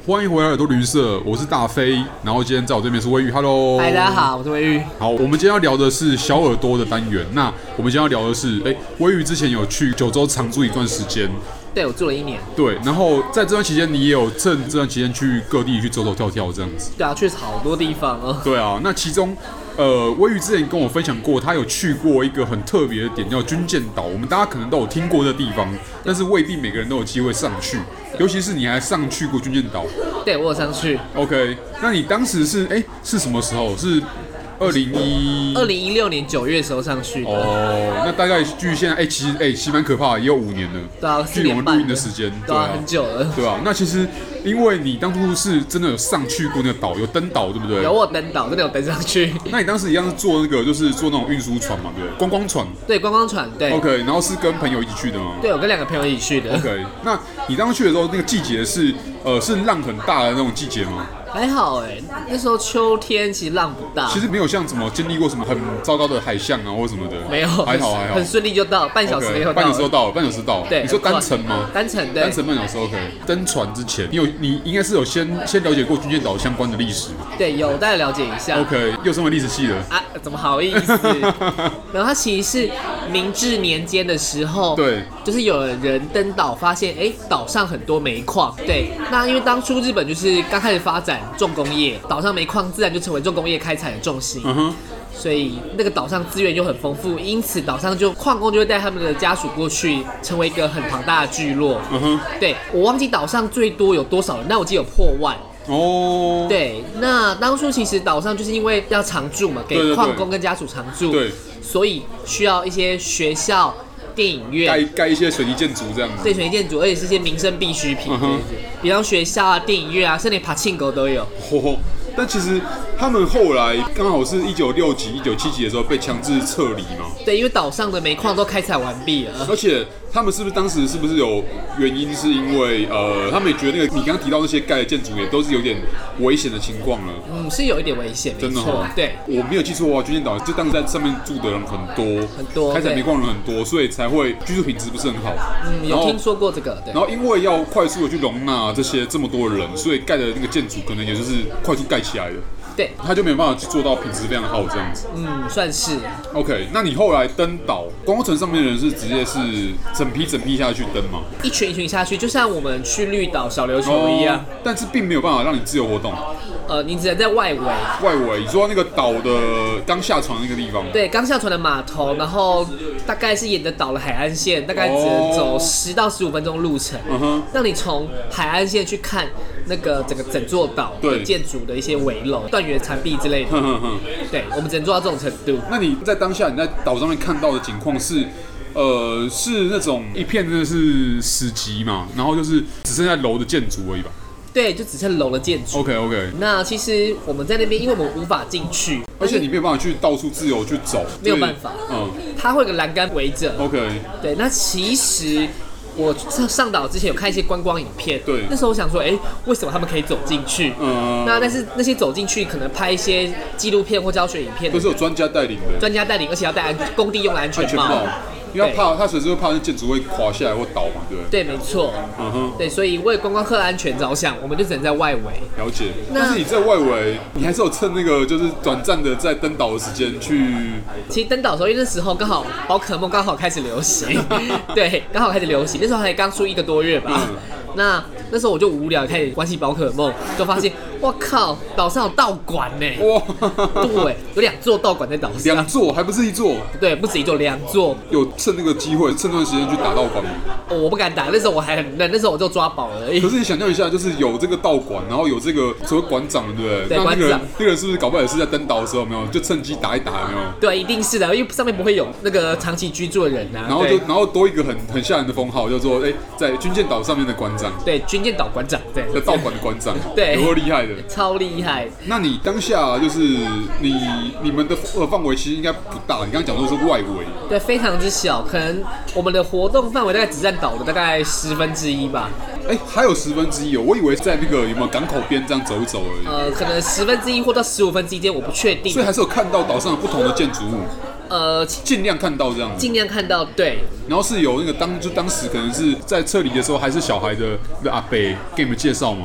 欢迎回来耳朵旅社，我是大飞，然后今天在我对面是威玉 ，Hello， 嗨，大家好，我是威玉。 好，我们今天要聊的是小耳朵的单元。那我们今天要聊的是，威玉之前有去九州常住一段时间， 对，我住了1年。 对，然后在这段期间，你也有趁这段期间去各地去走走跳跳这样子。 对啊，去好多地方哦。 对啊，那其中，威玉之前跟我分享过，他有去过一个很特别的点，叫军舰岛。我们大家可能都有听过这地方，但是未必每个人都有机会上去。尤其是你还上去过军舰岛。 对，我有上去。 OK， 那你当时是是什么时候？是 2016年9月的时候上去的。 哦，那大概距现在其实蛮可怕的，也有5年了。 对啊， 距我们录音的时间， 对啊，很久了。 对啊，那其实因为你当初是真的有上去过那个岛，有登岛，对不对？ 有我登岛，真的有登上去。 那你当时一样是坐那个，就是坐那种运输船嘛，对不对？观光船。 对，观光船，对。 OK， 然后是跟朋友一起去的吗？ 对，我跟2个朋友一起去的。 OK， 那你当时去的时候，那个季节是浪很大的那种季节吗？ 还好那时候秋天其实浪不大， 其实没有像什么经历过什么很糟糕的海象啊或什么的， 没有， 还好， 很顺利就到，半小时以后到了。 半小时到。 对， 你说单程吗？ 单程，对， 单程半小时 OK。登船之前，你应该是有先了解过军舰岛相关的历史。 对，有大概了解一下。 OK， 又身为历史系了啊？怎么好意思？然后它其实是明治年间的时候， 对， 就是有人登岛发现，岛上很多煤矿。对，那因为当初日本就是刚开始发展重工业。岛上煤矿自然就成为重工业开采的重心，所以那个岛上资源就很丰富，因此岛上就矿工就会带他们的家属过去，成为一个很庞大的聚落。对，我忘记岛上最多有多少人，但我记得有破万。 哦， 对，那当初其实岛上就是因为要常住嘛，给矿工跟家属常住， 对， 所以需要一些学校、电影院， 盖一些水泥建筑这样子。 对，水泥建筑，而且是一些民生必需品，比方学校啊、电影院啊，甚至连爬庆狗都有。 但其实他们后来刚好是1960级、1970级的时候被强制撤离嘛。 对，因为岛上的煤矿都开采完毕了。 而且他们当时是不是有原因？是因为他们也觉得那个你刚刚提到那些盖的建筑也都是有点危险的情况了。 是有一点危险， 真的对， 我没有记错的话，军舰岛就当时在上面住的人很多，开采煤矿的人很多，所以才会居住品质不是很好。 有听说过这个。对。 然后因为要快速的去容纳这么多人，所以盖的那个建筑可能也就是快速盖起来的。 对， 他就没有办法去做到品质非常好这样子。 算是。 OK， 那你后来登岛，观光船上面的人是直接是整批下去登吗？ 一群下去，就像我们去绿岛小琉球一样。 但是并没有办法让你自由活动。 你只能在外围。 你说那个岛的刚下船那个地方。 对，刚下船的码头，然后大概是沿着岛的海岸线，大概只能走10到15分钟路程，让你从海岸线去看那个整座岛的建筑的一些围楼、断垣残壁之类的。对，我们只能做到这种程度。 那你在当下你在岛上面看到的景况是那种一片真的是死寂嘛，然后就是只剩下楼的建筑而已吧？ 对，就只剩楼的建筑。 OK。 那其实我们在那边，因为我们无法进去， 而且你没有办法去到处自由去走， 没有办法。它会有个栏杆围着。 OK。 对，那其实我上岛之前有看一些观光影片， 对， 那时候我想说，为什么他们可以走进去？但是那些走进去可能拍一些纪录片或教学影片， 都是有专家带领的， 而且要戴工地用的安全帽。 因为他随时会怕那建筑会垮下来或倒嘛，对不对？ 对，没错。对，所以为观光客的安全着想，我们就只能在外围。 了解。但是你在外围，你还是有趁那个就是短暂的在登岛的时间去。 其实登岛的时候，因为那时候刚好宝可梦刚好开始流行，对，刚好开始流行，那时候还刚出1个多月吧。那时候我就无聊，开始关心宝可梦，就发现，哇靠，岛上有道馆呢！哇，对，有2座道馆在岛上。 2座还不是1座？ 对，不止1座，2座。 有趁那个机会，趁段时间去打道馆吗？ 我不敢打，那时候我还很嫩，那时候我就抓宝而已。 可是你想象一下，就是有这个道馆，然后有这个所谓馆长，对不对？ 对，馆长。 那个人是不是搞不好也是在登岛的时候，有没有就趁机打一打，有没有？ 对，一定是的，因为上面不会有那个长期居住的人啊。 然后多一个很吓人的封号，叫做在军舰岛上面的馆长。 对，军舰岛馆长，对， 道馆的馆长， 对， 有多厉害的， 超厉害。 那你当下就是你们的范围其实应该不大，你刚刚讲说是外围， 对，非常之小，可能我们的活动范围大概只占岛的大概1/10吧。 还有1/10哦，我以为在那个有没有港口边这样走一走而已。 可能1/10或到15%间，我不确定。 所以还是有看到岛上的不同的建筑物。尽量看到这样子， 尽量看到，对。 然后是有那个当时可能是在撤离的时候还是小孩的阿伯给你们介绍吗？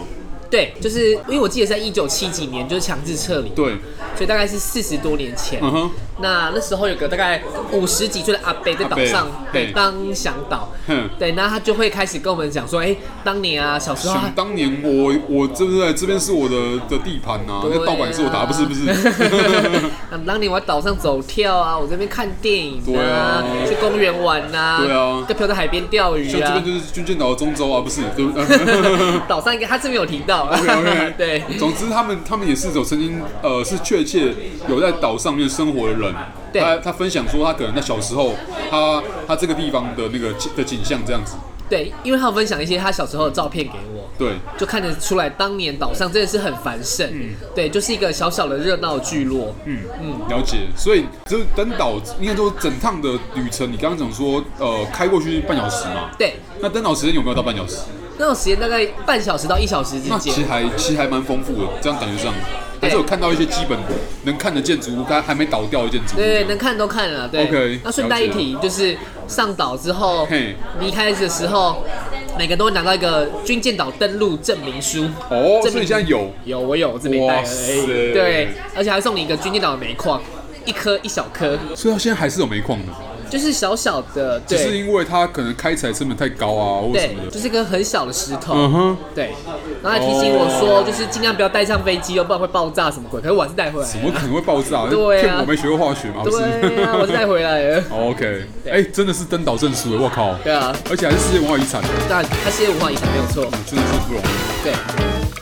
对，就是因为我记得在1970几年就是强制撤离， 对， 所以大概是40多年前。 嗯哼， 那时候有个大概50几岁的阿伯在岛上对当向导，对，那他就会开始跟我们讲说，当年啊小时候， 想当年我对不对？这边是我的地盘呐，那道馆是我打，不是。 当年我在岛上走跳啊，我这边看电影啊，去公园玩啊， 对啊， 就飘在海边钓鱼啊。 像这边就是军舰岛的中州啊，不是？对不对？ 岛上应该他这边有提到。 OK， 对。 总之他们也是有曾经是确切有在岛上面生活的人。他分享说，他可能在小时候，他这个地方的那个的景象这样子。 对，因为他有分享一些他小时候的照片给我， 对， 就看得出来当年岛上真的是很繁盛，对，就是一个小小的热闹聚落， 了解。所以就是登岛，应该说整趟的旅程，你刚刚讲说，开过去半小时嘛， 对， 那登岛时间有没有到半小时？ 那种时间大概半小时到1小时之间， 那其实还蛮丰富的，这样感觉上。还是有看到一些基本能看的建筑物，还没倒掉的建筑物。 对，能看都看了。对。 OK。 那顺带一提，就是上岛之后，离开的时候，每个人都会拿到一个军舰岛登陆证明书。 哦，所以你现在有？ 有，我有，我这没带而已。对，而且还送你一个军舰岛的煤矿，1小颗。 所以它现在还是有煤矿的。 就是小小的， 只是因为它可能开采成本太高啊，或什么的。 就是一个很小的石头。对。然后还提醒我说，就是尽量不要带上飞机哦，不然会爆炸什么鬼。可是我还是带回来。 怎么可能会爆炸？ 对啊， 骗我没学过化学嘛？ 对啊，我是带回来的。 OK， 真的是登岛证书哎，我靠。 对啊， 而且还是世界文化遗产。 当然，它世界文化遗产没有错。 真的是不容易。 对。